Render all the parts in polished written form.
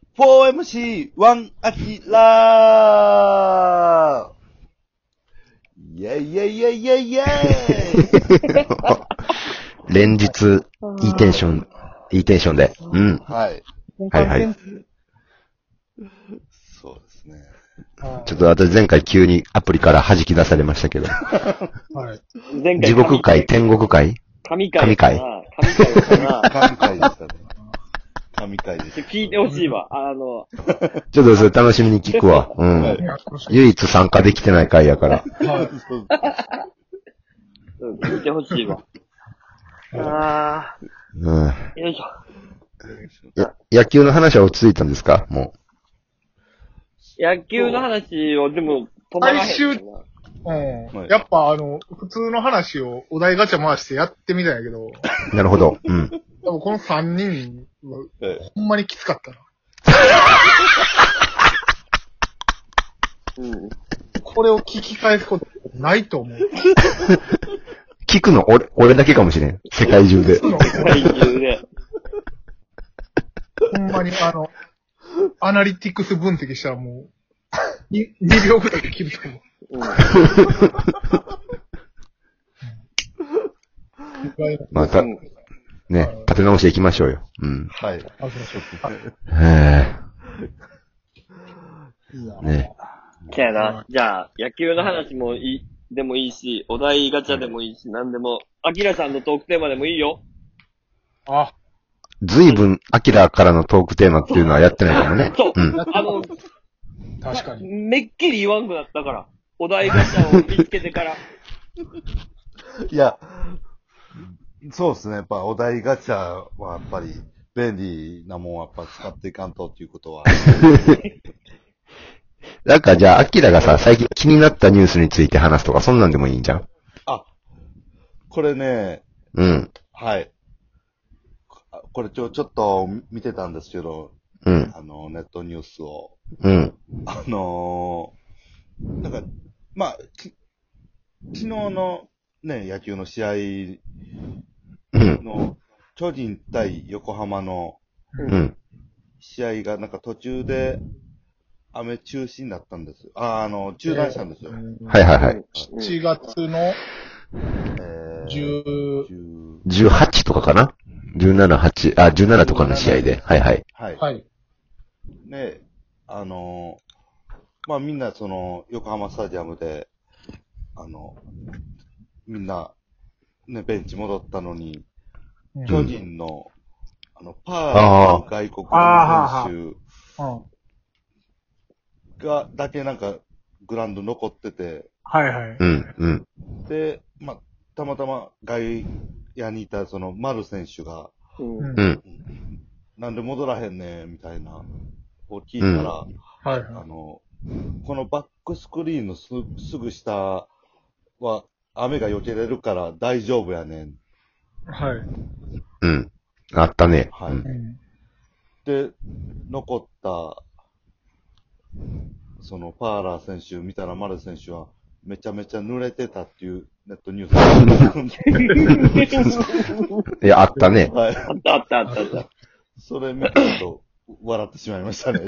4MC1 アキラーイェイイェイイェイイェイイェイ連日、いいテンションで。うん。 はい。 はいはい。 そうですね。 ちょっと私前回急にアプリから弾き出されましたけど。 はい。 地獄界、天国界神回かな。 神回でしたね。神回です。 聞いてほしいわ。 ちょっとそれ楽しみに聞くわ。うん。唯一参加できてない回やから。 聞いてほしいわ。 うん。よいしょ。野球の話は落ち着いたんですかもう。野球の話を、でも、止まらへん。 やっぱ普通の話をお題ガチャ回してやってみたんやけど。 なるほど。うん。 多分この3人は、ほんまにきつかったな。これを聞き返すことないと思う。 聞くの俺だけかもしれん。世界中で。世界中で。 ほんまにアナリティクス分析したらもう、2秒ぐらいで切ると思う。 また、ね、立て直していきましょうよ。うん。 はい。 ね。 じゃあな。じゃあ、野球の話もでもいいし、お題ガチャでもいいし、なんでも、アキラさんのトークテーマでもいいよ。 あ。 ずいぶん、アキラからのトークテーマっていうのはやってないかもね。 そう。 確かに。 めっきり言わんくなったから。お題ガチャを見つけてから。 いや、そうですね。やっぱお題ガチャはやっぱり便利なもんはやっぱ使っていかんとっていうことは。 なんかじゃあ、アキラがさ、最近気になったニュースについて話すとか、そんなんでもいいんじゃん。 あ、これね。 うん。 はい。これちょっと見てたんですけど。 うん。 ネットニュースを。 うん。 なんか、まあ、昨日のね、野球の試合の、巨人対横浜の試合がなんか途中で雨中止になったんですよ。中断したんですよ。 はいはいはい。 7月の 18とかかな ?17、8、17とかの試合で。はいはい。 はい。ね、まあみんな横浜スタジアムで、みんな、ね、ベンチ戻ったのに、巨人の、パーの外国人選手だけなんか、グラウンド残ってて、 はいはい。 で、まあ、たまたま外野にいた丸選手が、なんで戻らへんねん、みたいな、を聞いたら、このバックスクリーンのすぐ下は、雨が避けれるから大丈夫やねん。 はい。 うん。あったね。 はい。で、残った、パーラー選手見たら丸選手はめちゃめちゃ濡れてたっていうネットニュース。いや、あったね。 はい。 あった。 それ見てと笑ってしまいましたね。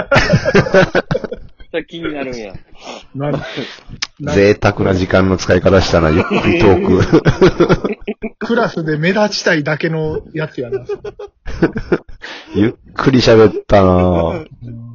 それ気になるんや。 贅沢な時間の使い方したな、ゆっくりトーク。クラスで目立ちたいだけのやつやな。 ゆっくり喋ったなぁ。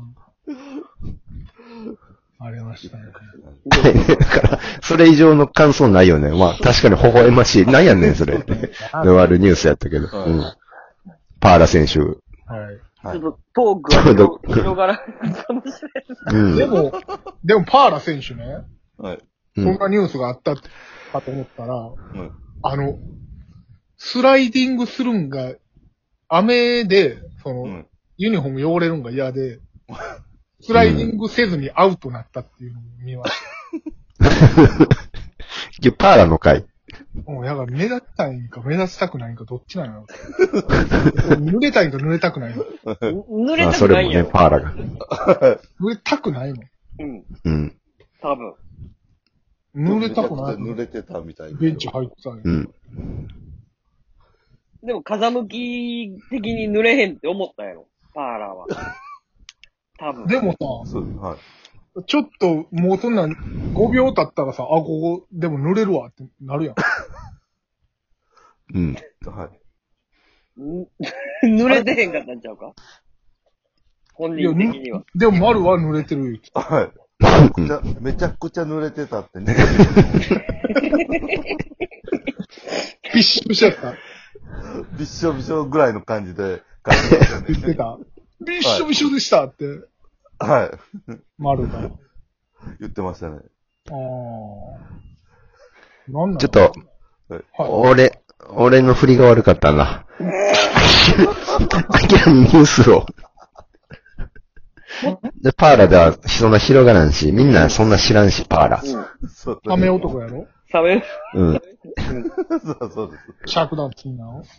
ありましたね。 だから、それ以上の感想ないよね。まあ、確かに微笑ましい。なんやねん、それ。のあるニュースやったけど。うん。パーラ選手。 はい。 ちょっとトークが広がらないかもしれない。 でもパーラ選手ね。 はい。 そんなニュースがあったかと思ったら、スライディングするんが、雨で、ユニフォーム汚れるんが嫌で、スライディングせずにアウトになったっていうのを見ました。 パーラの回。 やから目立ちたいんか目立ちたくないんかどっちなの濡れたいんか濡れたくないの濡れたくないんや。 それもね、パーラが。 濡れたくないのうん。 多分。 濡れたくない濡れてたみたいな。 ベンチ入ってたね。 でも風向き的に濡れへんって思ったやろ。パーラーは。 多分。 でもさ、はい、ちょっと、もうそんな、5秒経ったらさ、ここ、でも濡れるわってなるやん。 うん。 はい。 濡れてへんかったんちゃうか本人的には。 でも丸は濡れてるよ。 はい。めちゃくちゃ濡れてたってね。 びっしょびしょやった。 びっしょびしょぐらいの感じで、 言ってた。びっしょびしょでしたって。 はい。 丸が。 言ってましたね。 なんちょっと、俺の振りが悪かったな。アキラにニュースを。で、パーラではそんな広がらんし、みんなそんな知らんし、パーラ。 サメ男やろサメうん。 そうです。 シャークダンスなのはい。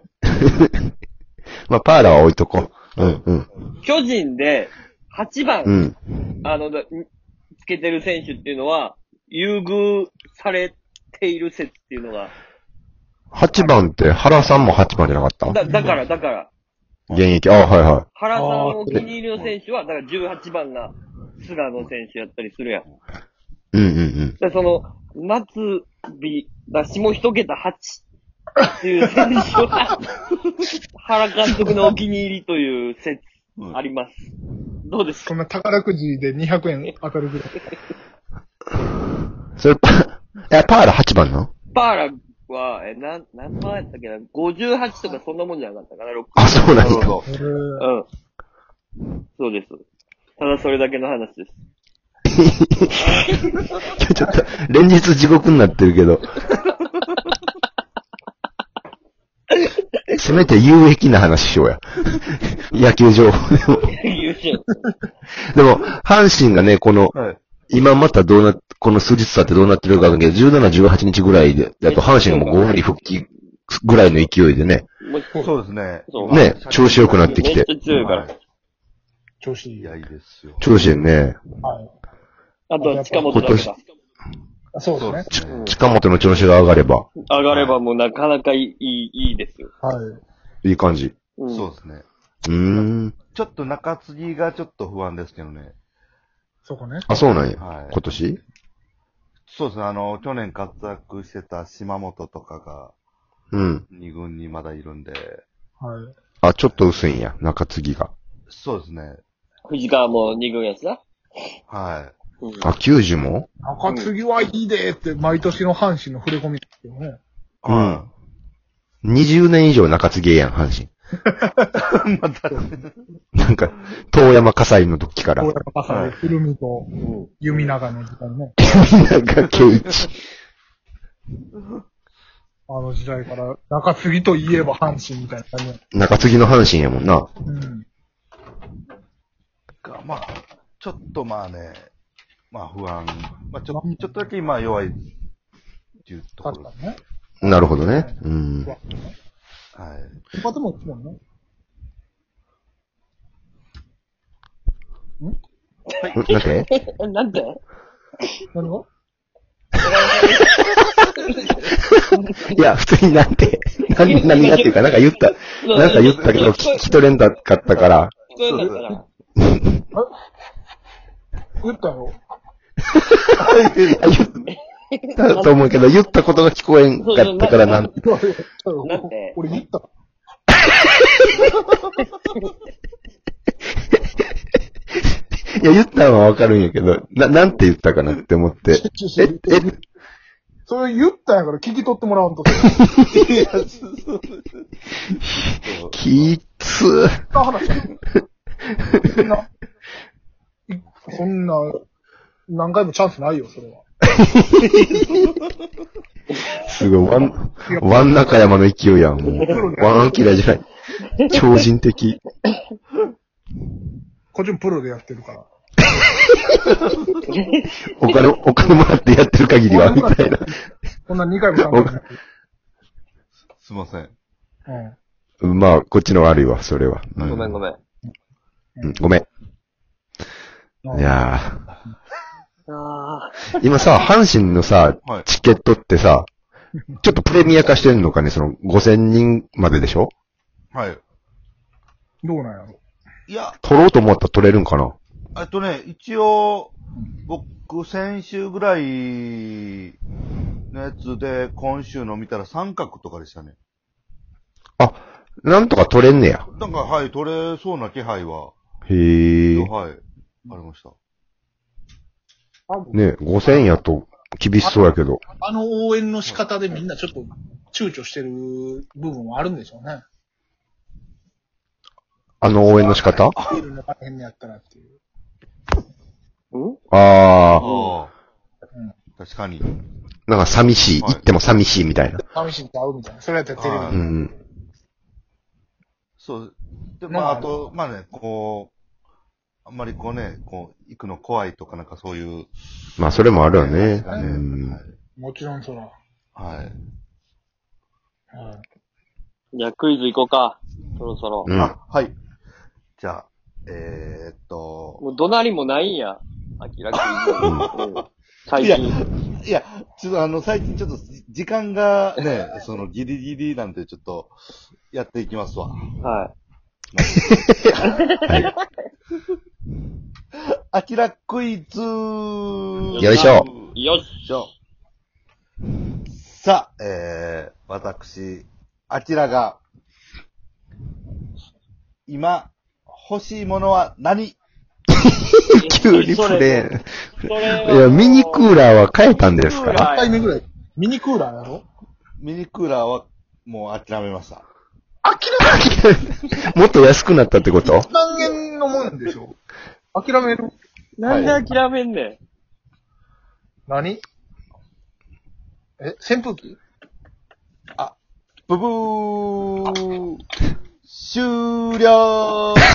まあ、パーラは置いとこう。うん、 巨人で、8番、つけてる選手っていうのは、優遇されている説っていうのが。 8番って、原さんも8番じゃなかっただから。 現役、はいはい。 原さんお気に入りの選手は、だから18番が菅野選手やったりするやん。で、その、夏日、下一桁8っていう選手は、原監督のお気に入りという説あります。どうですか？ そんな宝くじで200円当たるぐらい。 それ、パーラ8番なの？ パーラは、何番やったっけな ?58 とかそんなもんじゃなかったかな ?6。 あ、そうなんだ。うん。 そうです。ただそれだけの話です。 ちょっと、連日地獄になってるけど。せめて有益な話しようや。野球情報でも。でも、阪神がね、今またこの数日経ってどうなってるかわかんないけど、17、18日ぐらいで、だと阪神がもう5割復帰ぐらいの勢いでね。 そうですね。 ね、調子良くなってきて。 めっちゃ強いから。 調子いい。 いや、いいですよ。 調子いいね。 はい。 あと、近本だけだ。 そうですね。 近本の調子が上がれば。 上がればもうなかなかいいですよ。 はい。 いい感じ。 そうですね。 ちょっと中継ぎがちょっと不安ですけどね。 そうかね。 あ、そうなんや。 はい。 今年？ そうですね。去年活躍してた島本とかが、2軍にまだいるんで。 はい。 あ、ちょっと薄いんや、中継ぎが。 そうですね。 藤川も2軍やつだ。 はい。 あ、90も？ 中継ぎはいいでーって、毎年の阪神の触れ込みですよね。 20年以上中継ぎやん、阪神。また、なんか、遠山火災の時から。 遠山火災、古見と、弓長の時代ね。 弓長圭一。 あの時代から、中継ぎといえば阪神みたいな感じ。 中継ぎの阪神やもんな。 まあ、ちょっとまあね、まあ不安。まあちょっとだけ今弱いっていうところですね。 なるほどね。はい。 他でももんね。 なんてなんで何がいや、普通になんて、何がっていうか、なんか言ったけど、聞き取れんだかったから。 聞こえんかったから。 言ったよ。 言ったと思うけど、言ったことが聞こえんかったからなんて。 俺言った。 いや、言ったのはわかるんやけど、なんて言ったかなって思って。 それ言ったんやから聞き取ってもらわんと。 きつー。 そんな、何回もチャンスないよ、それは。 すごい、ワン中山の勢いやん、もう。ワンアキラじゃない。超人的。 個人プロでやってるから。 お金もらってやってる限りは、みたいな。 こんな2回も3回も。 すいません。 まあ、こっちの悪いわ、それは。 ごめん。 ごめん。いや今さ、阪神のさ、チケットってさ、ちょっとプレミア化してんのかね、その5000人まででしょ？ はい。 どうなんやろ？ いや。 取ろうと思ったら取れるんかな？ 一応、僕、先週ぐらいのやつで、今週の見たら三角とかでしたね。 あ、なんとか取れんねや。 なんか、はい、取れそうな気配は。 へー。 はい、ありました。 ね、5000円やと厳しそうやけど。 応援の仕方でみんなちょっと躊躇してる部分はあるんでしょうね。 応援の仕方？ ビールの大変やったらっていう。 ああ。確かに。 なんか寂しい、行っても寂しいみたいな。 寂しいちゃうみたいな。それやったらテレビ。 そう。で、あと、ね、あんまり行くの怖いとかなんかそういう。 それもあるよね。 もちろんそら。 はい。 じゃあクイズ行こうか。そろそろ。 はい。じゃあ、 もう怒鳴りもないんや。明らかに。最近。 いや、ちょっと最近ちょっと時間がね、ギリギリなんでちょっと、やっていきますわ。 はい。 あきらクイズよいしょ。 よっしょ。 さあ、私、あきらが、今、欲しいものは何？ 急にプレーン。いや、ミニクーラーは変えたんですか？ 何回目ぐらい。ミニクーラーやろ？ ミニクーラーは、もう諦めました。 諦めもっと安くなったってこと？ 何円のもんでしょ？諦める？ なんで諦めんねん。 何？扇風機？ ブブー終了